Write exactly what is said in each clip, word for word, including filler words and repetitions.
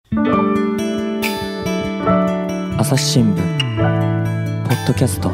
朝日新聞ポッドキャスト。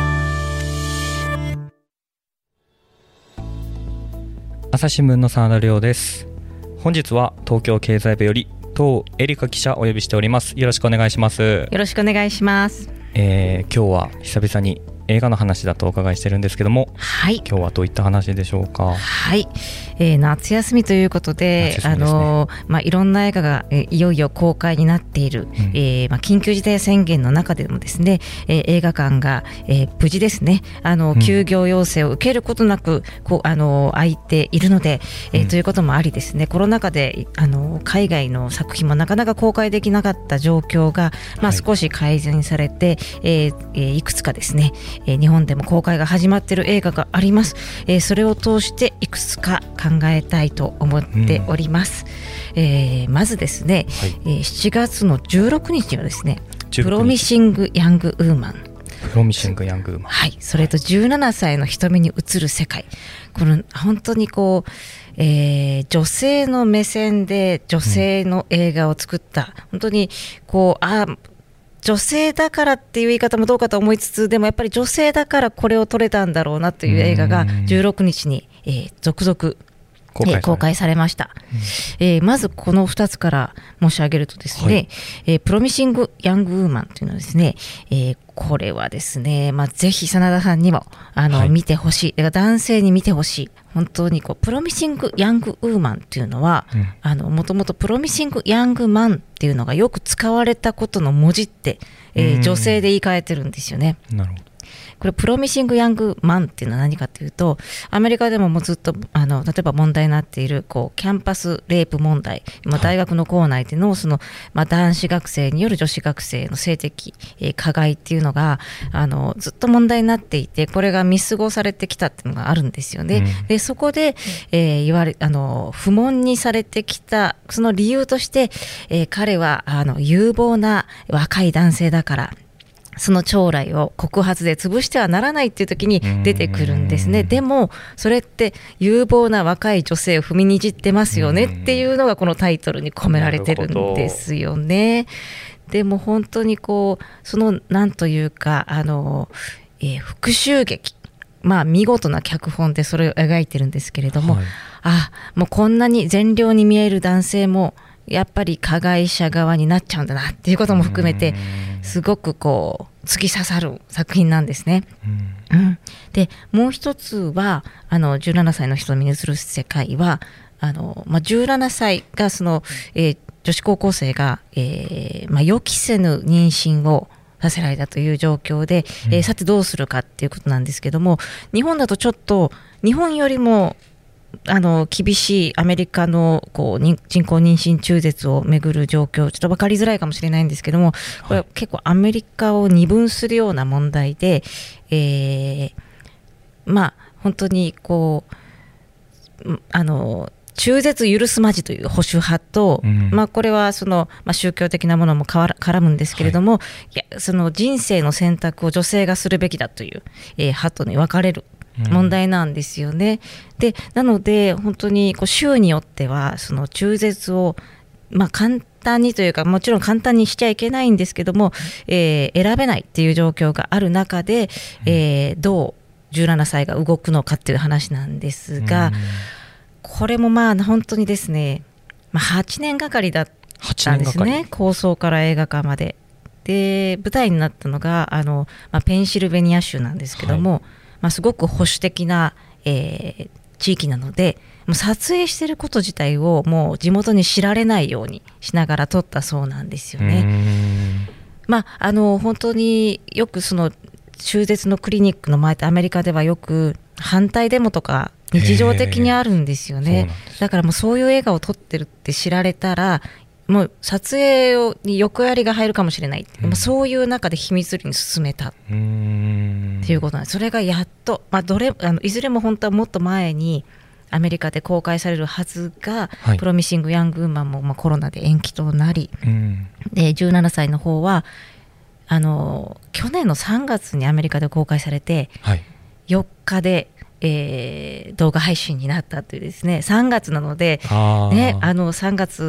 朝日新聞の澤田亮です。本日は東京経済部より東恵梨香記者をお呼びしております。よろしくお願いします。 よろしくお願いします。 えー、今日は久々に映画の話だとお伺いしてるんですけども、 はい、 今日はどういった話でしょうか。 はい、えー、夏休みということで、 夏休みですね。 あのまあ、いろんな映画が、えー、いよいよ公開になっている、うんえーまあ、緊急事態宣言の中でもですね、えー、映画館が、えー、無事ですね、あの休業要請を受けることなく、こうあの空いているので、えーうん、ということもありですね、コロナ禍であの海外の作品もなかなか公開できなかった状況が、まあ、少し改善されて、はいえーえー、いくつかですね、えー、日本でも公開が始まっている映画があります。えー、それを通していくつか考えたいと思っております。うんえー、まずですね、はいえー、しちがつのじゅうろくにちはですね、プロミシング・ヤング・ウーマン、 プロミシング・ヤング・ウーマン、 はい、それとじゅうななさいの瞳に映る世界、この本当にこう、えー、女性の目線で女性の映画を作った、うん、本当にこうあ女性だからっていう言い方もどうかと思いつつ、でもやっぱり女性だからこれを撮れたんだろうなという映画がじゅうろくにちに、えー、続々公開, えー、公開されました。うんえー、まずこのふたつから申し上げるとですね、はいえー、プロミシング・ヤング・ウーマンというのはですね、えー、これはですね、まあ、ぜひ真田さんにもあの、はい、見てほしい、男性に見てほしい。本当にこうプロミシング・ヤング・ウーマンっていうのは、うん、あのもともとプロミシング・ヤング・マンっていうのがよく使われたことの文字って、えー、女性で言い換えてるんですよね。 なるほど。 これプロミシング・ヤング・マンっていうのは何かというと、アメリカでももうずっとあの例えば問題になっているこうキャンパスレイプ問題、まあ、大学の構内での、その、まあ、男子学生による女子学生の性的、えー、加害っていうのがあのずっと問題になっていて、これが見過ごされてきたっていうのがあるんですよね。うん、でそこで、えー、言われあの不問にされてきたその理由として、えー、彼はあの有望な若い男性だからその将来を告発で潰してはならないっていう時に出てくるんですね。でもそれって有望な若い女性を踏みにじってますよねっていうのがこのタイトルに込められてるんですよね。でも本当にこうそのなんというかあの、えー、復讐劇、まあ見事な脚本でそれを描いてるんですけれども、はい、あもうこんなに善良に見える男性もやっぱり加害者側になっちゃうんだなっていうことも含めてすごくこう突き刺さる作品なんですね。うんうん、でもう一つはあのじゅうななさいの瞳に映る世界はあの、まあ、じゅうななさいがその、えー、女子高校生が、えーまあ、予期せぬ妊娠をさせられたという状況で、うんえー、さてどうするかっていうことなんですけども、日本だとちょっと日本よりもあの厳しいアメリカのこう人工妊娠中絶をめぐる状況、ちょっと分かりづらいかもしれないんですけども、これは結構アメリカを二分するような問題で、えー、まあ本当にこうあの中絶許すまじという保守派と、うんまあ、これはその、まあ、宗教的なものも絡むんですけれども、はい、いやその人生の選択を女性がするべきだという、えー、派とに分かれる問題なんですよね。うん、でなので本当にこう州によってはその中絶を、まあ、簡単にというかもちろん簡単にしちゃいけないんですけども、えー、選べないっていう状況がある中で、えー、どうじゅうななさいが動くのかっていう話なんですが、うん、これもまあ本当にですね、まあ、はちねんがかりだったんですね。構想から映画化までで舞台になったのがあの、まあ、ペンシルベニア州なんですけども、はいまあ、すごく保守的な、えー、地域なので、もう撮影していること自体をもう地元に知られないようにしながら撮ったそうなんですよね。まあ、あの本当によくその中絶のクリニックの前ってアメリカではよく反対デモとか日常的にあるんですよね。だからもうそういう映画を撮ってるって知られたらもう撮影をに横やりが入るかもしれない、うん、そういう中で秘密裏に進めたっていうことなんです。それがやっと、まあ、どれあのいずれも本当はもっと前にアメリカで公開されるはずが、はい、プロミシング・ヤング・ウーマンも、まあ、コロナで延期となり、うん、でじゅうななさいの方はあの去年のさんがつにアメリカで公開されて、はい、よっかでえー、動画配信になったというですね、さんがつなので、ね、あのさんがつ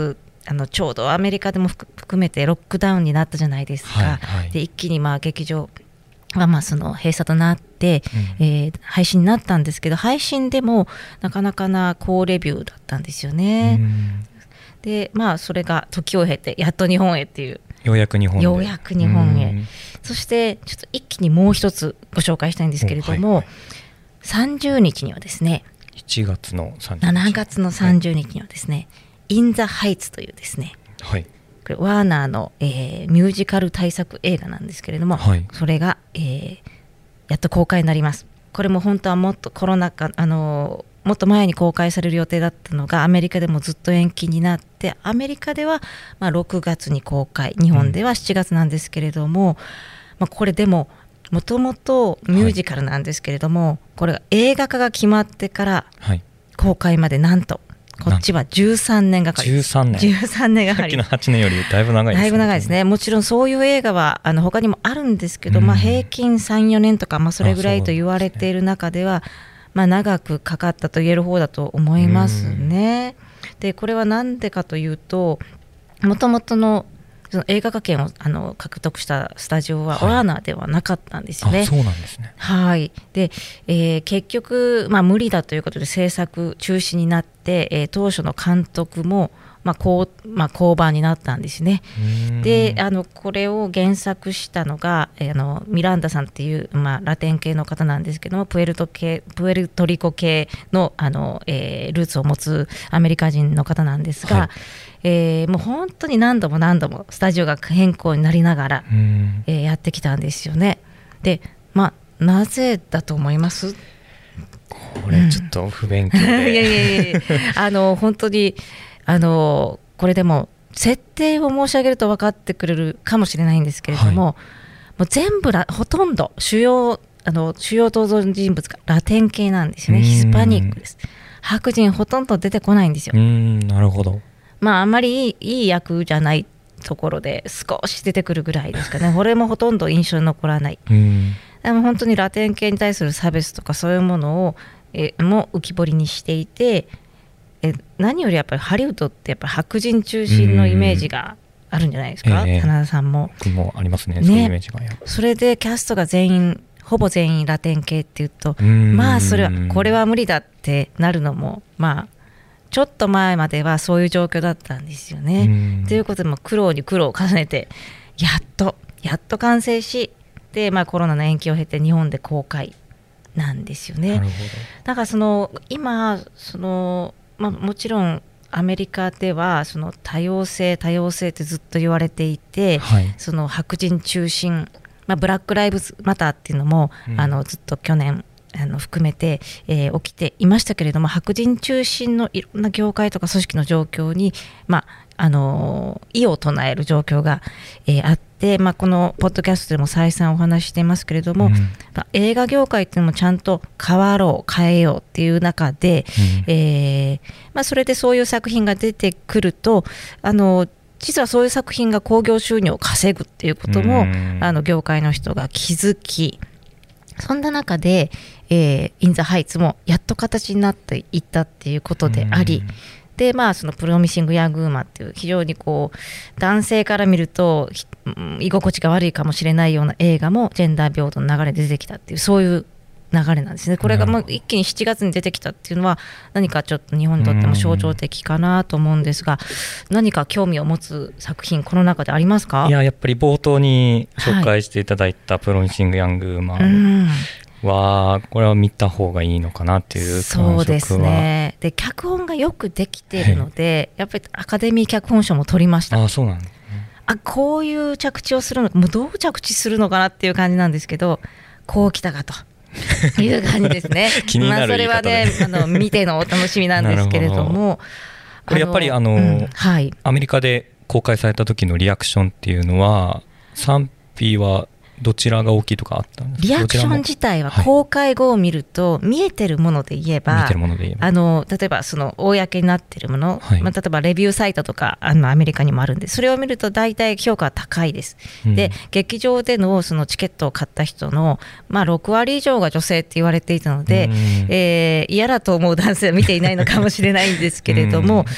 あのちょうどアメリカでも含めてロックダウンになったじゃないですか、 はいはい、 で一気にまあ劇場はまあその閉鎖となって、うんえー、配信になったんですけど、配信でもなかなかな高レビューだったんですよね。うんでまあそれが時を経てやっと日本へっていう、 ようやく日本へようやく日本へ、そしてちょっと一気にもう一つご紹介したいんですけれども、はいはい、さんじゅうにちにはですね、 しちがつのさんじゅうにち、 しちがつのさんじゅうにちにはですね、はい、In the Heights というですね、はい、これワーナーの、えー、ミュージカル大作映画なんですけれども、はい、それが、えー、やっと公開になります。これも本当はもっとコロナ禍、あのーもっと前に公開される予定だったのがアメリカでもずっと延期になって、アメリカではまあろくがつに公開、日本ではしちがつなんですけれども、うんまあ、これでももともとミュージカルなんですけれども、はい、これが映画化が決まってから公開までなんとこっちはじゅうさんねんがかりです。 じゅうさんねん、 じゅうさんねんがかり、 さっきのはちねんよりだいぶ長いですね。 だいぶ長いですね。もちろんそういう映画はあの他にもあるんですけど、うんまあ、平均さん、よねんとか、まあ、それぐらいと言われている中ではまあ、長くかかったと言える方だと思いますね。でこれは何でかというと、もともとのその映画化権をあの獲得したスタジオはワーナーではなかったんですよね。はい、 あ、そうなんですね。 はい。で、えー、結局、まあ、無理だということで制作中止になって、えー、当初の監督もまあこうまあ、降板になったんですね。であのこれを原作したのが、えー、あのミランダさんっていう、まあ、ラテン系の方なんですけども、プエルト系プエルトリコ系 の, あの、えー、ルーツを持つアメリカ人の方なんですが、はいえー、もう本当に何度も何度もスタジオが変更になりながら、えー、やってきたんですよね。で、まあ、なぜだと思います？ これちょっと不勉強で、うん、いやいやいやあの本当にあのこれでも設定を申し上げると分かってくれるかもしれないんですけれども、はい、もう全部らほとんど主要あの主要登場人物がラテン系なんですよね。ヒスパニックです。白人ほとんど出てこないんですよ。 うーん、なるほど。 まああんまりいい、いい役じゃないところで少し出てくるぐらいですかね。これもほとんど印象に残らない。うんでも本当にラテン系に対する差別とかそういうものをえも浮き彫りにしていて、え何よりやっぱりハリウッドってやっぱ白人中心のイメージがあるんじゃないですか、えー、棚田さんも。 僕もありますね、そういうイメージが。 それでキャストが全員ほぼ全員ラテン系っていうと、まあそれはこれは無理だってなるのもまあちょっと前まではそういう状況だったんですよね。ということでも苦労に苦労を重ねてやっとやっと完成し、で、まあ、コロナの延期を経て日本で公開なんですよね。 なるほど。 だからその今そのまあ、もちろんアメリカではその多様性多様性ってずっと言われていて、はい、その白人中心、まあ、ブラックライブズマターっていうのも、うん、あのずっと去年あの含めて、えー、起きていましたけれども、白人中心のいろんな業界とか組織の状況に、まああのー、異を唱える状況が、えー、あって、まあ、このポッドキャストでも再三お話ししていますけれども、うんまあ、映画業界っていうのもちゃんと変わろう変えようっていう中で、うんえーまあ、それでそういう作品が出てくると、あのー実はそういう作品が興行収入を稼ぐっていうことも、うん、あの業界の人が気づき、そんな中で、えー、インザハイツもやっと形になっていったっていうことであり、うんでまあ、そのプロミシング・ヤング・ウーマンっていう非常にこう男性から見ると居心地が悪いかもしれないような映画もジェンダー平等の流れで出てきたっていう、そういう流れなんですね。これがもう一気にしちがつに出てきたっていうのは何かちょっと日本にとっても象徴的かなと思うんですが、何か興味を持つ作品この中でありますか？ いや、やっぱり冒頭に紹介していただいたプロミシング・ヤング・ウーマンは、これは見た方がいいのかなっていう感触は。 そうですね。で脚本がよくできているので、やっぱりアカデミー脚本賞も取りました。 あ、そうなんですね。 あ、こういう着地をするのもうどう着地するのかなっていう感じなんですけど、こうきたかという感じですね。 気になる言い方で、 まあ、それはね、あの見てのお楽しみなんですけれどもこれやっぱりあの、うんはい、アメリカで公開された時のリアクションっていうのは賛否はどちらが大きいとかあったんですか？ リアクション自体は公開後を見ると、はい、見えてるもので言えば、 見えてるもので言えば、 あの例えばその公になってるもの、はいまあ、例えばレビューサイトとかあのアメリカにもあるんで、それを見ると大体評価は高いです、うん、で劇場で の, そのチケットを買った人の、まあ、ろくわり以上が女性って言われていたので、うんえー、嫌だと思う男性は見ていないのかもしれないんですけれども、うん、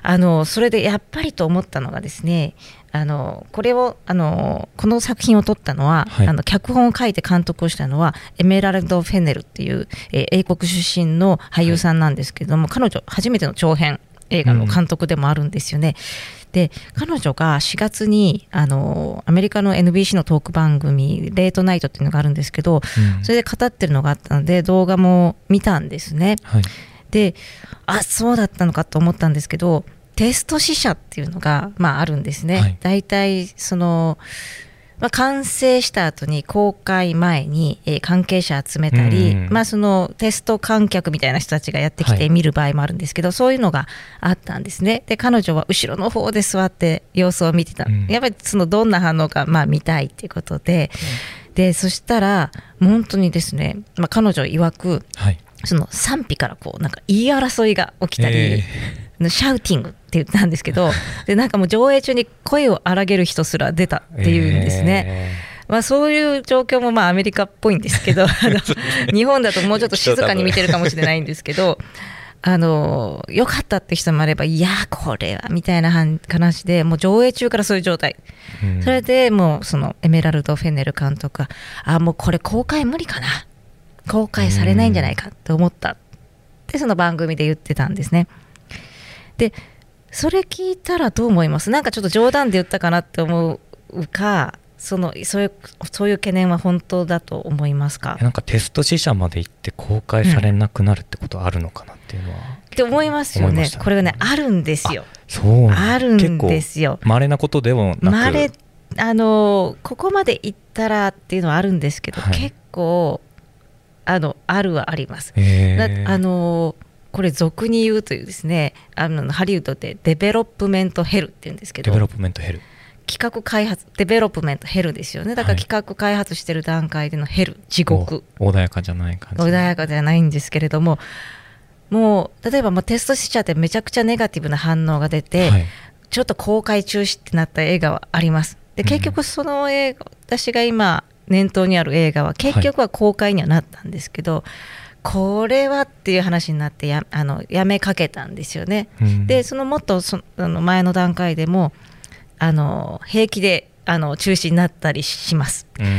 あのそれでやっぱりと思ったのがですね、あのこれをあのこの作品を撮ったのは、はい、あの脚本を書いて監督をしたのはエメラルド・フェネルっていう、えー、英国出身の俳優さんなんですけれども、はい、彼女初めての長編映画の監督でもあるんですよね、うん、で彼女がしがつにあのアメリカの エヌビーシー のトーク番組レートナイトっていうのがあるんですけど、うん、それで語ってるのがあったので動画も見たんですね、はい、であそうだったのかと思ったんですけど、テスト試写っていうのが、まあ、あるんですね、はい、だいたいその、まあ、完成した後に公開前に、えー、関係者集めたり、まあ、そのテスト観客みたいな人たちがやってきて見る場合もあるんですけど、はい、そういうのがあったんですね。で彼女は後ろの方で座って様子を見てた、うん、やっぱりそのどんな反応か、まあ、見たいっていうことで、うん、でそしたら本当にですね、まあ、彼女曰く、はい、その賛否からこうなんか言い争いが起きたり、えー、シャウティングって言ったんですけどでなんかもう上映中に声を荒げる人すら出たっていうんですね、えーまあ、そういう状況もまあアメリカっぽいんですけどあの日本だともうちょっと静かに見てるかもしれないんですけどあのよかったって人もあれば、いやこれはみたいな話でもう上映中からそういう状態、うん、それでもうそのエメラルド・フェネル監督があもうこれ公開無理かな、公開されないんじゃないかと思ったってその番組で言ってたんですね。でそれ聞いたらどう思います？なんかちょっと冗談で言ったかなって思うか、そのそういう、そういう懸念は本当だと思いますか？ なんかテスト試写まで行って公開されなくなるってことはあるのかなっていうのは、うん、 って思いますよ ね, ねこれがねあるんですよ。 あそうあるんですよ。 稀なことでもなく稀あのここまで行ったらっていうのはあるんですけど、はい、結構あのあるはあります。だあのこれ俗に言うというですね、あのハリウッドでデベロップメントヘルって言うんですけど、 デベロップメントヘル企画開発デベロップメントヘルですよね。だから企画開発してる段階でのヘル、地獄、 穏やかじゃない感じ、 穏やかじゃないんですけれども、もう例えばもうテスト試写でめちゃくちゃネガティブな反応が出て、はい、ちょっと公開中止ってなった映画はあります。で結局その映画、うん、私が今念頭にある映画は結局は公開にはなったんですけど、はい、これはっていう話になってや、あのやめかけたんですよね、うん、でそのもっとそあの前の段階でもあの平気であの中止になったりします。うん、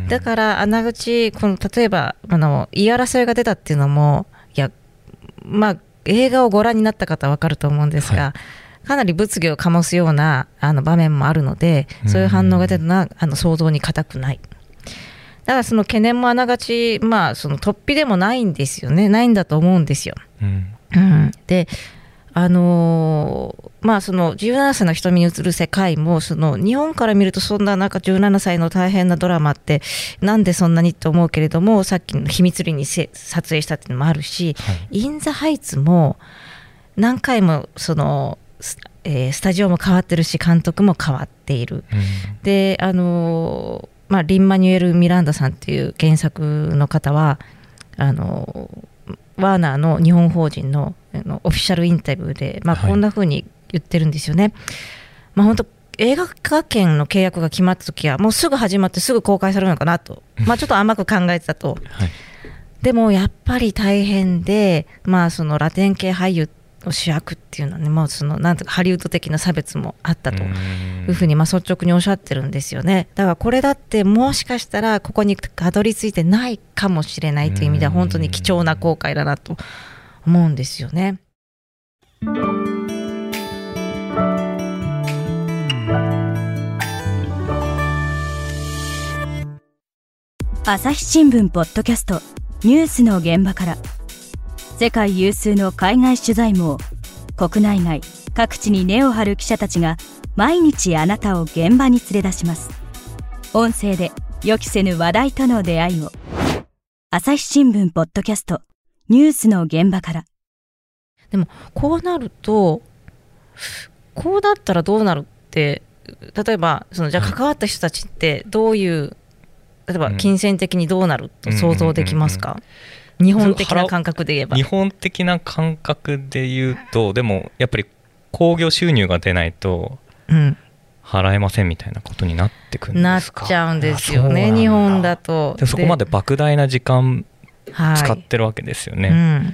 だからあながちこの例えばあの言い争いが出たっていうのもいや、まあ、映画をご覧になった方は分かると思うんですが、はい、かなり物議を醸すようなあの場面もあるので、そういう反応が出るのはあの想像に難くない。だからその懸念もあながち、まあ、その突飛でもないんですよね、ないんだと思うんですよ。うんうん、で、あのーまあ、そのじゅうななさいの瞳に映る世界もその日本から見るとそんななんかじゅうななさいの大変なドラマってなんでそんなにと思うけれども、さっきの秘密裏にせ撮影したっていうのもあるし、はい、インザハイツも何回もそのえー、スタジオも変わってるし監督も変わっている、うん、であのーまあ、リン・マニュエル・ミランダさんっていう原作の方はあのワーナーの日本法人 の, のオフィシャルインタビューで、まあ、こんな風に言ってるんですよね、はい。まあ、本当映画化権の契約が決まった時はもうすぐ始まってすぐ公開されるのかなと、まあ、ちょっと甘く考えてたと、はい、でもやっぱり大変で、まあ、そのラテン系俳優の主役っていうのはね、もうそのなんとかハリウッド的な差別もあったというふうにまあ率直におっしゃってるんですよね。だからこれだってもしかしたらここにたどり着いてないかもしれないという意味では本当に貴重な公開だなと思うんですよね。 朝日新聞ポッドキャストニュースの現場から、世界有数の海外取材網、国内外各地に根を張る記者たちが毎日あなたを現場に連れ出します。音声で予期せぬ話題との出会いを。朝日新聞ポッドキャストニュースの現場から。 でもこうなるとこうなったらどうなるって、例えばそのじゃあ関わった人たちってどういう、例えば金銭的にどうなると想像できますか？日本的な感覚で言えば。 日本的な感覚で言うと、でもやっぱり興行収入が出ないと払えませんみたいなことになってくるんですか？ なっちゃうんですよね、日本だと。 でそこまで莫大な時間使ってるわけですよね、はい、うん、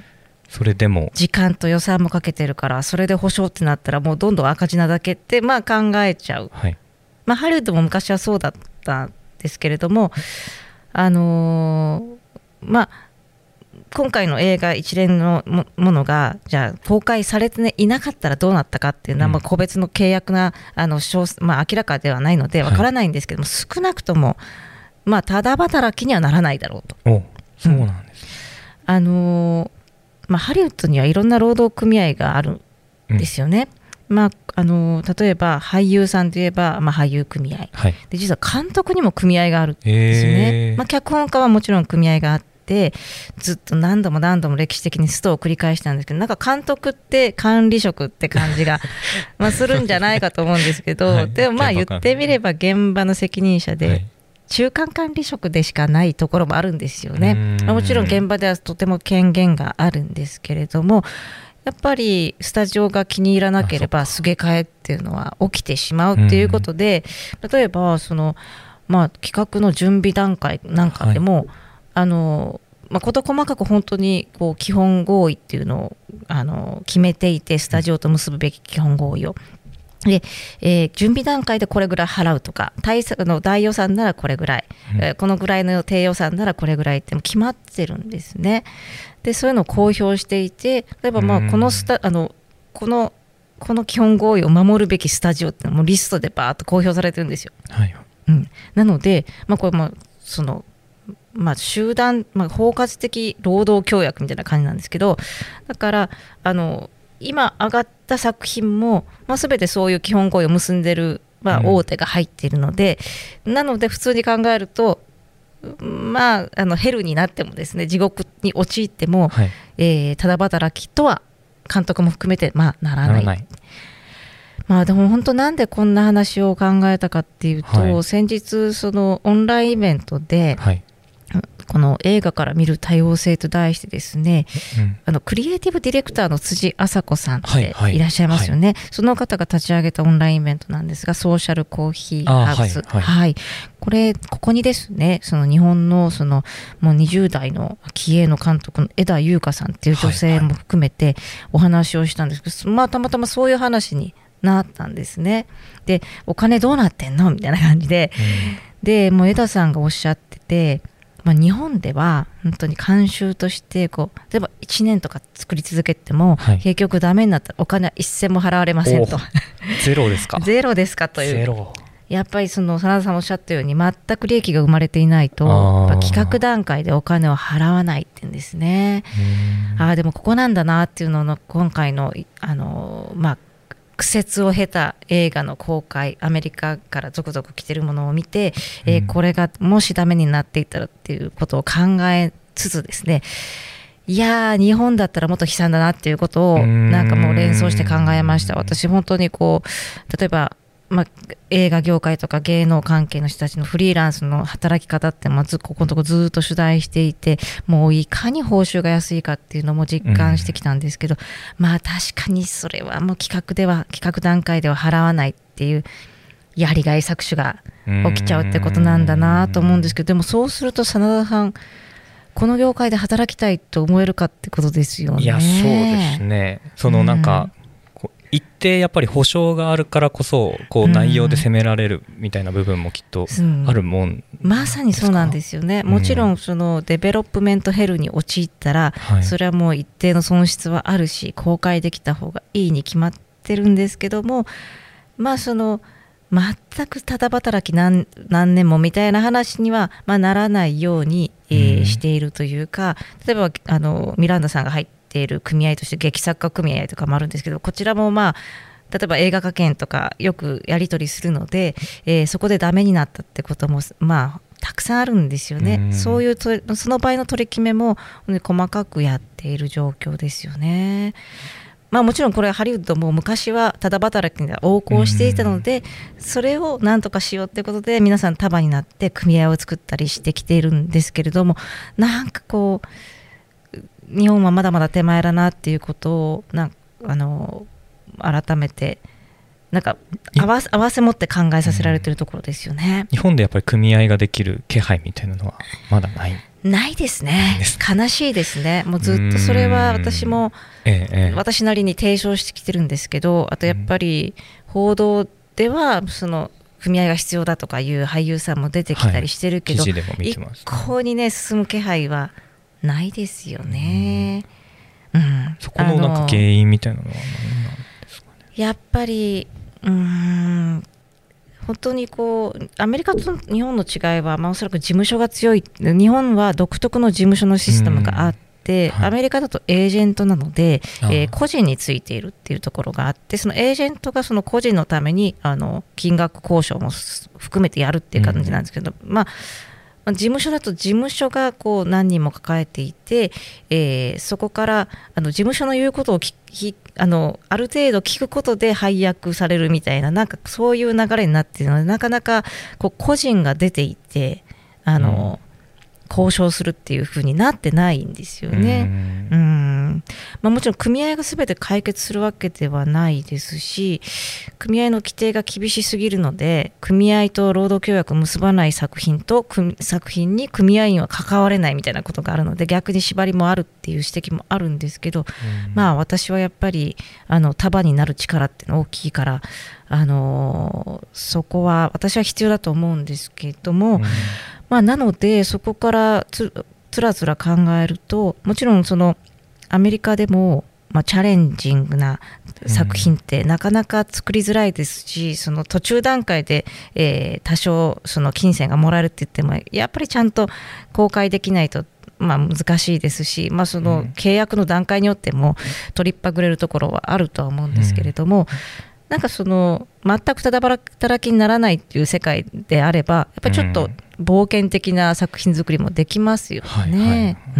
それでも時間と予算もかけてるから、それで保証ってなったらもうどんどん赤字なだけってまあ考えちゃう、 はい、まあ、ハリウッドも昔はそうだったんですけれども、あのー、まあ今回の映画一連のものがじゃあ公開されていなかったらどうなったかっていうのは、うん、まあ個別の契約なあの、まあ、明らかではないのでわからないんですけども、はい、少なくとも、まあ、ただ働きにはならないだろうと。 お、そうなんです、 うん、あのーまあ、ハリウッドにはいろんな労働組合があるんですよね、うん、まあ、あのー、例えば俳優さんといえば、まあ、俳優組合、はい、で実は監督にも組合があるんですよね、まあ、脚本家はもちろん組合があってでずっと何度も何度も歴史的にストを繰り返したんですけど、なんか監督って管理職って感じがまあするんじゃないかと思うんですけど、はい、でもまあ言ってみれば現場の責任者で、はい、中間管理職でしかないところもあるんですよね。もちろん現場ではとても権限があるんですけれども、やっぱりスタジオが気に入らなければすげ替えっていうのは起きてしまうっていうことで、例えばその、まあ、企画の準備段階なんかでも、はい、あのまあ、事細かく本当にこう基本合意っていうのをあの決めていて、スタジオと結ぶべき基本合意をで、えー、準備段階でこれぐらい払うとか、対策の大予算ならこれぐらい、うん、えー、このぐらいの低予算ならこれぐらいって決まってるんですね。でそういうのを公表していて、例えばまあこのスタあのこのこの基本合意を守るべきスタジオってのもリストでバーッと公表されてるんですよ、はい、うん、なので、まあ、これもそのまあ、集団、まあ、包括的労働協約みたいな感じなんですけど、だからあの今上がった作品も、まあ、全てそういう基本合意を結んでる、まあ、大手が入っているので、うん、なので普通に考えると、まあ、あのヘルになってもですね、地獄に陥っても、はい、えー、ただ働きとは監督も含めて、まあ、ならない。ならない。まあ、でも本当なんでこんな話を考えたかっていうと、はい、先日そのオンラインイベントで、はい、この映画から見る多様性と題してですね、うん、あのクリエイティブディレクターの辻麻子さんっていらっしゃいますよね、はいはいはい、その方が立ち上げたオンラインイベントなんですが、ソーシャルコーヒーハウス、はいはいはい、これここにですね、その日本のそのもうにじゅう代の気鋭の監督の枝優香さんっていう女性も含めてお話をしたんですけど、はいはい、まあ、たまたまそういう話になったんですね。でお金どうなってんのみたいな感じで、うん、でもう枝さんがおっしゃってて、まあ、日本では本当に慣習としてこう例えばいちねんとか作り続けても、はい、結局ダメになったらお金は一銭も払われませんと。 ゼロですかゼロですかという。 ゼロ。 やっぱりその真田さんおっしゃったように全く利益が生まれていないとやっぱ企画段階でお金を払わないって言うんですね。ああでもここなんだなっていうのの今回のあのまあ苦節を経た映画の公開、アメリカから続々来てるものを見て、うん、えー、これがもしダメになっていったらっていうことを考えつつですね、いやー日本だったらもっと悲惨だなっていうことをなんかもう連想して考えました。私本当にこう例えばまあ、映画業界とか芸能関係の人たちのフリーランスの働き方って、まあ、ずここのとこずっと取材していて、もういかに報酬が安いかっていうのも実感してきたんですけど、うん、まあ確かにそれはもう企画では企画段階では払わないっていうやりがい搾取が起きちゃうってことなんだなと思うんですけど、でもそうすると真田さんこの業界で働きたいと思えるかってことですよね。 いやそうですね。そのなんか、うん一定やっぱり保証があるからこそこう内容で責められるみたいな部分もきっとあるもん、うん、 まさにそうなんですよね。もちろんそのデベロップメントヘルに陥ったら、うん、それはもう一定の損失はあるし公開できた方がいいに決まってるんですけども、まあその全くただ働き 何, 何年もみたいな話にはまあならないように、えーうん、しているというか、例えばあのミランダさんが入っている組合として劇作家組合とかもあるんですけど、こちらもまあ例えば映画化権とかよくやり取りするので、えー、そこでダメになったってこともまあたくさんあるんですよね。うそういうとその場合の取り決めも細かくやっている状況ですよね。まあ、もちろんこれはハリウッドも昔はただ働きが横行していたので、それをなんとかしようということで皆さん束になって組合を作ったりしてきているんですけれども、なんかこう日本はまだまだ手前だなっていうことをなんあの改めてなんか合わせ、合わせ持って考えさせられてるところですよね、うん、 日本でやっぱり組合ができる気配みたいなのはまだないないですね。悲しいですね。もうずっとそれは私も、ええ、私なりに提唱してきてるんですけど、あとやっぱり報道ではその組合が必要だとかいう俳優さんも出てきたりしてるけど、はい、一向にね進む気配はないですよね。うんうん、 そこのなんか原因みたいなのは何なんですかね。 やっぱりうーん本当にこうアメリカと日本の違いは、まあ、おそらく事務所が強い。日本は独特の事務所のシステムがあって、はい、アメリカだとエージェントなので、えー、個人についているっていうところがあって、そのエージェントがその個人のためにあの金額交渉も含めてやるっていう感じなんですけど、うん、まあ事務所だと事務所がこう何人も抱えていて、えー、そこからあの事務所の言うことを聞きあのある程度聞くことで配役されるみたいな、なんかそういう流れになっているので、なかなかこう個人が出ていてあの、うん、交渉するっていう風になってないんですよね。うん、うんまあ、もちろん組合が全て解決するわけではないですし、組合の規定が厳しすぎるので、組合と労働協約を結ばない作品と作品に組合員は関われないみたいなことがあるので、逆に縛りもあるっていう指摘もあるんですけど、うん、まあ私はやっぱりあの束になる力っていうのは大きいから、あのー、そこは私は必要だと思うんですけども、うんまあ、なのでそこからつつらつら考えると、もちろんそのアメリカでも、まあ、チャレンジングな作品ってなかなか作りづらいですし、うん、その途中段階で、えー、多少その金銭がもらえるって言ってもやっぱりちゃんと公開できないと、まあ、難しいですし、まあ、その契約の段階によっても取りっぱぐれるところはあるとは思うんですけれども、うん、なんかその全くただ働きにならないっていう世界であれば、やっぱりちょっと冒険的な作品作りもできますよね、はいはいうん、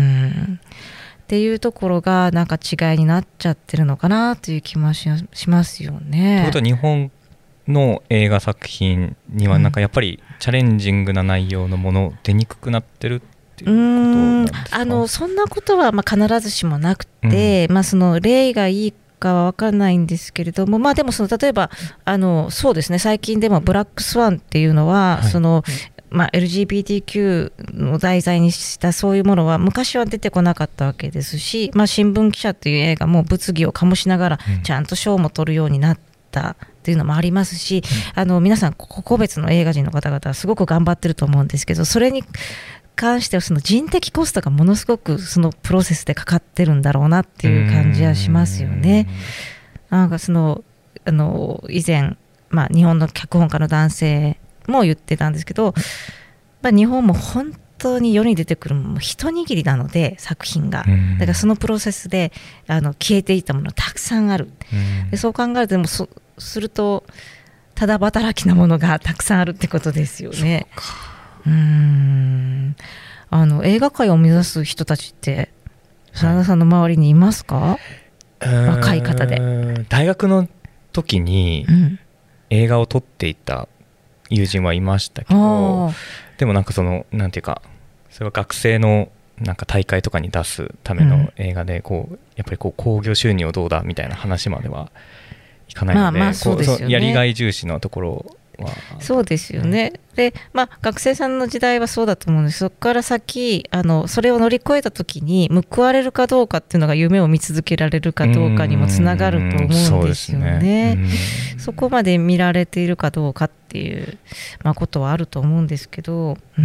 っていうところがなんか違いになっちゃってるのかなという気も し, しますよね。 ということは日本の映画作品にはなんかやっぱりチャレンジングな内容のもの出にくくなってるっていうことなんですか。 あのそんなことはまあ必ずしもなくて、うんまあ、その例がいいかは分からないんですけれども、まあ、でもその例えばあのそうですね、最近でもブラックスワンっていうのは、はいそのまあ、エルジービーティーキュー を題材にしたそういうものは昔は出てこなかったわけですし、まあ、新聞記者っていう映画も物議を醸しながらちゃんと賞も取るようになったっていうのもありますし、うん、あの皆さん個別の映画人の方々はすごく頑張ってると思うんですけど、それに関してはその人的コストがものすごくそのプロセスでかかってるんだろうなっていう感じはしますよね。なんかそのあの以前、まあ、日本の脚本家の男性も言ってたんですけど、まあ、日本も本当に世に出てくるも一握りなので作品が、だからそのプロセスであの消えていたものたくさんある。でそう考えるともそするとただ働きなものがたくさんあるってことですよね。うーんあの映画界を目指す人たちって真田さんの周りにいますか？若い方で。 大学の時に映画を撮っていた友人はいましたけど、でもなんかそのなんていうか、それは学生のなんか大会とかに出すための映画で、こうやっぱりこう興行収入をどうだみたいな話まではいかないので、まあまあそうですよね、こうやりがい重視のところはそうですよね。で、まあ、学生さんの時代はそうだと思うんです。そこから先あのそれを乗り越えた時に報われるかどうかっていうのが夢を見続けられるかどうかにもつながると思うんですよね。そこまで見られているかどうかっていう、まあ、ことはあると思うんですけど、うん、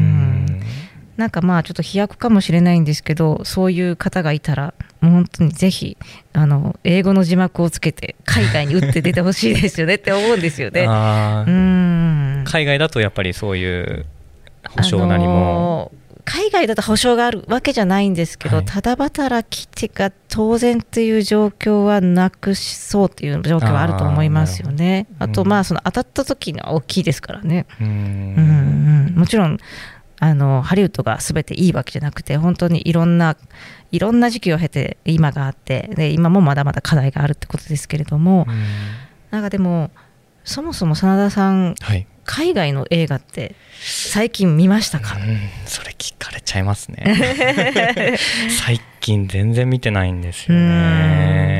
なんかまあちょっと飛躍かもしれないんですけど、そういう方がいたらもう本当にぜひあの英語の字幕をつけて海外に打って出てほしいですよねって思うんですよね。あうん海外だとやっぱりそういう保証なりも、 あの海外だと保証があるわけじゃないんですけど、はい、ただ働きっていうか当然っていう状況はなくしそうっていう状況はあると思いますよね。 あ, あとまあその当たった時には大きいですからね。うんうんうんもちろんあのハリウッドが全ていいわけじゃなくて、本当にいろんないろんな時期を経て今があって、で今もまだまだ課題があるってことですけれども、うんなんかでもそもそも真田さん、はい、海外の映画って最近見ましたか？ うんそれ聞かれちゃいますね最近全然見てないんですよね。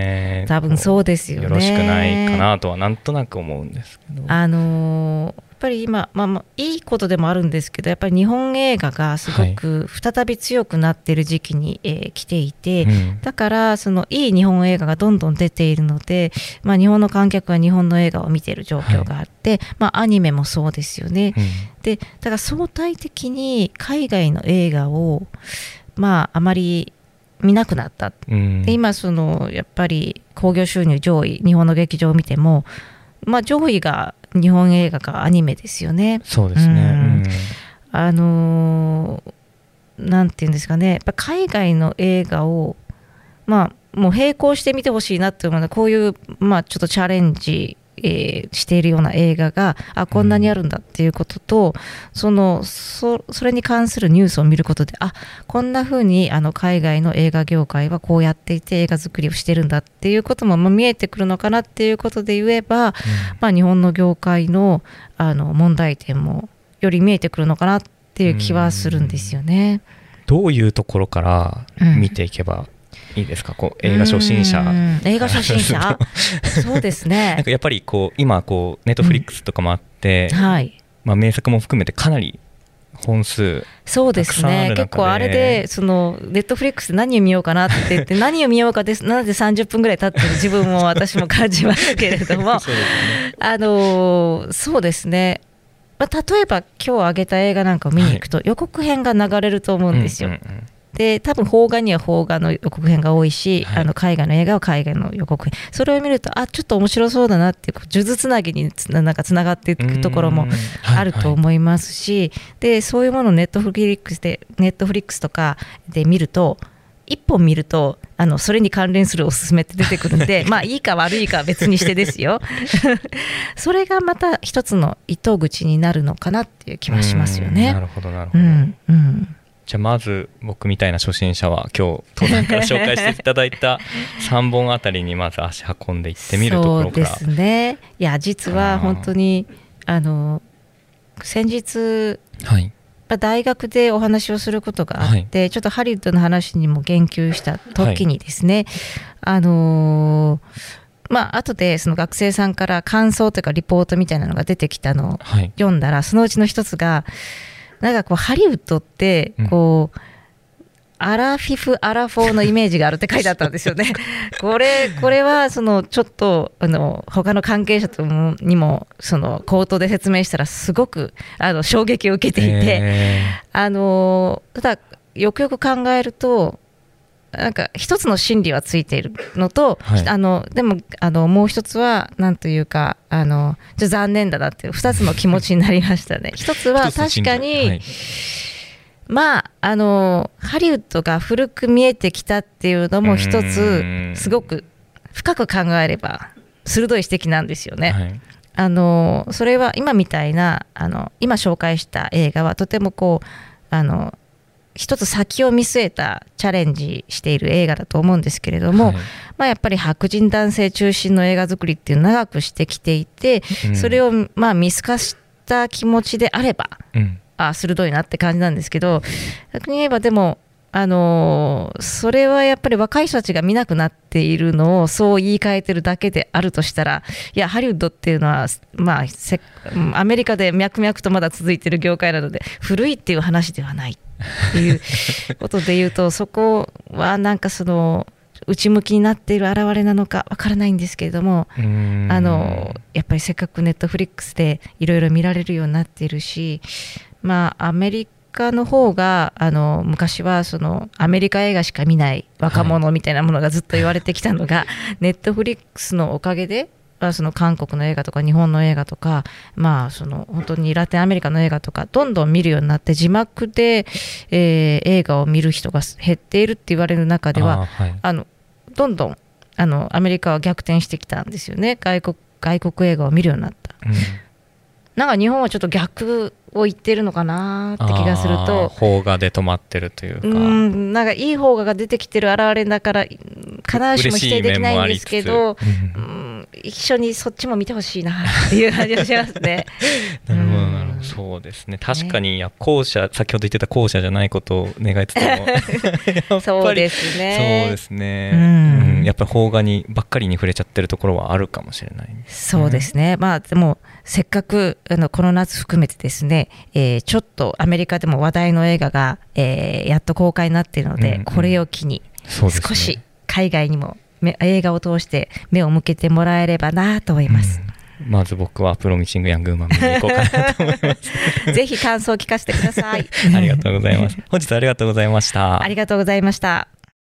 多分そうですよね。 よろしくないかなとはなんとなく思うんですけど、 あのーやっぱり今、まあまあ、いいことでもあるんですけど、やっぱり日本映画がすごく再び強くなっている時期に、えー来ていて、 うん、 だからそのいい日本映画がどんどん出ているので、まあ、日本の観客は日本の映画を見ている状況があって、はい、まあ、アニメもそうですよね、うん、でだから相対的に海外の映画を、まあ、あまり見なくなった、うん、で今そのやっぱり興行収入上位日本の劇場を見ても、まあ、上位が日本映画かアニメですよね。 そうですね、うん、 あのー、なんていうんですかね、やっぱ海外の映画を、まあ、もう並行して見てほしいなって思うのは、こういう、まあ、ちょっとチャレンジ、えー、しているような映画があこんなにあるんだっていうことと、うん、その そ, それに関するニュースを見ることで、あこんな風にあの海外の映画業界はこうやっていて映画作りをしてるんだっていうことも、まあ、見えてくるのかなっていうことで言えば、うん、まあ、日本の業界 の, あの問題点もより見えてくるのかなっていう気はするんですよね。 うん、どういうところから見ていけば、うんいいですか、こう映画初心者、 映画初心者そうですね。 なんかやっぱりこう今こうネットフリックスとかもあって、うんはいまあ、名作も含めてかなり本数そうですね。結構あれでそのネットフリックスで何を見ようかなって言って何を見ようかですなのでさんじゅっぷんぐらい経ってる自分も私も感じますけれどもそうですね、あのそうですね、まあ、例えば今日挙げた映画なんかを見に行くと予告編が流れると思うんですよ、はいうんうんうんで多分邦画には邦画の予告編が多いし、はい、あの海外の映画は海外の予告編、それを見るとあちょっと面白そうだなっていう数珠つなぎにつ な, なんかつながっていくところもあると思いますし、はいはい、でそういうものをネットフリックスでネットフリックスとかで見ると一本見るとあのそれに関連するおすすめって出てくるんでまあいいか悪いかは別にしてですよそれがまた一つの糸口になるのかなっていう気はしますよね。 なるほどなるほど、 うんうんじゃあまず僕みたいな初心者は今日登壇から紹介していただいたさんぼんあたりにまず足運んでいってみるところから。 そうですね。いや実は本当にあの先日、はい大学でお話をすることがあって、はい、ちょっとハリウッドの話にも言及した時にですね、はい、あのまあ後でその学生さんから感想というかリポートみたいなのが出てきたのを読んだら、はい、そのうちの一つがなんかこうハリウッドってこう、うん、アラフィフアラフォーのイメージがあるって書いてあったんですよねこれこれはそのちょっとあの他の関係者ともにもその口頭で説明したらすごくあの衝撃を受けていて、えー、あのただよくよく考えるとなんか一つの真理はついているのと、はい、あのでもあのもう一つはなんというかあのちょっと残念だなっていう二つの気持ちになりましたね一つは確かに、はい、まああのハリウッドが古く見えてきたっていうのも一つすごく深く考えれば鋭い指摘なんですよね、はい、あのそれは今みたいなあの今紹介した映画はとてもこうあの一つ先を見据えたチャレンジしている映画だと思うんですけれども、はいまあ、やっぱり白人男性中心の映画作りっていうのを長くしてきていて、うん、それをまあ見透かした気持ちであれば、うん、あ鋭いなって感じなんですけど逆に言えばでもあのー、それはやっぱり若い人たちが見なくなっているのをそう言い換えてるだけであるとしたらいやハリウッドっていうのは、まあ、せアメリカで脈々とまだ続いている業界なので古いっていう話ではないっていうことで言うとそこはなんかその内向きになっている表れなのかわからないんですけれどもあのやっぱりせっかくネットフリックスでいろいろ見られるようになっているしまあアメリカの方があの昔はそのアメリカ映画しか見ない若者みたいなものがずっと言われてきたのが、はい、ネットフリックスのおかげでその韓国の映画とか日本の映画とか、まあ、その本当にラテンアメリカの映画とかどんどん見るようになって字幕で、えー、映画を見る人が減っているって言われる中では あ、はい、あのどんどんあのアメリカは逆転してきたんですよね。外国、外国映画を見るようになった、うん、なんか日本はちょっと逆を言ってるのかなって気がすると邦画で止まってるというかうんなんかいい邦画が出てきてる表れだから必ずしも否定できないんですけどうん一緒にそっちも見てほしいなっていう感じがしますねなるほどなるほどん、そうですね。確かに、ね、後者、先ほど言ってた後者じゃないことを願いつつもやっぱりそうですね。 そうですね、 うんうん、やっぱり邦画にばっかりに触れちゃってるところはあるかもしれない、ね、 そうですね。まあでもせっかくあのこの夏含めてですね、えー、ちょっとアメリカでも話題の映画が、えー、やっと公開になっているので、うんうん、これを機に少し海外にも映画を通して目を向けてもらえればなと思います、 うん、まず僕はプロミシングヤングウーマン見に行こうかなと思いますぜひ感想を聞かせてくださいありがとうございます。本日はありがとうございました。 ありがとうございました。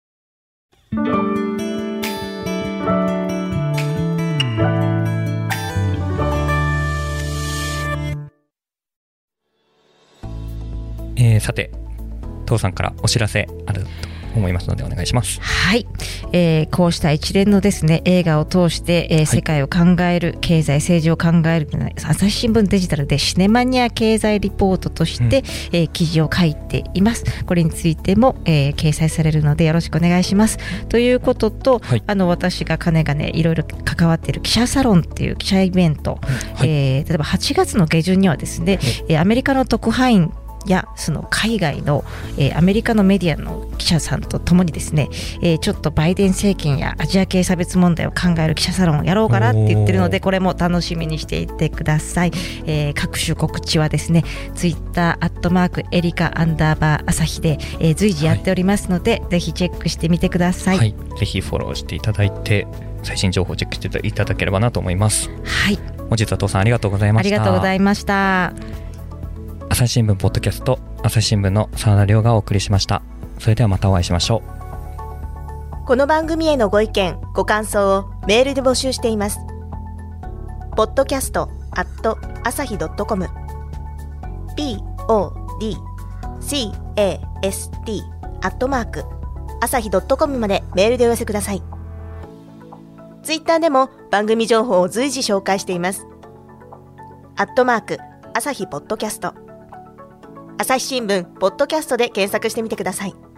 えー、さて父さんからお知らせあると思いますのでお願いします。 はい、えー、こうした一連のですね映画を通して、えー、世界を考える、はい、経済政治を考える朝日新聞デジタルでシネマニア経済リポートとして、うん、えー、記事を書いています。これについても、えー、掲載されるのでよろしくお願いします。ということと、はい、あの私がかねがねいろいろ関わっている記者サロンっていう記者イベント、はい、えー、例えばはちがつの下旬にはですね、はい、アメリカの特派員やその海外の、えー、アメリカのメディアの記者さんとともにですね、えー、ちょっとバイデン政権やアジア系差別問題を考える記者サロンをやろうかなって言ってるので、これも楽しみにしていてください。えー、各種告知はですねツイッターアットマークエリカアンダーバー朝日で、えー、随時やっておりますので、はい、ぜひチェックしてみてください。 はい、ぜひフォローしていただいて最新情報をチェックしていただければなと思います。 はい、 本日は父さんありがとうございました。 ありがとうございました。 朝日新聞ポッドキャスト朝日新聞の澤田亮がお送りしました。それではまたお会いしましょう。この番組へのご意見ご感想をメールで募集しています。ポッドキャストアット朝日ドットコム ピーオーディーシーエーエスティー アットマーク朝日ドットコムまでメールでお寄せください。ツイッターでも番組情報を随時紹介しています。アットマーク朝日ポッドキャスト朝日新聞ポッドキャストで検索してみてください。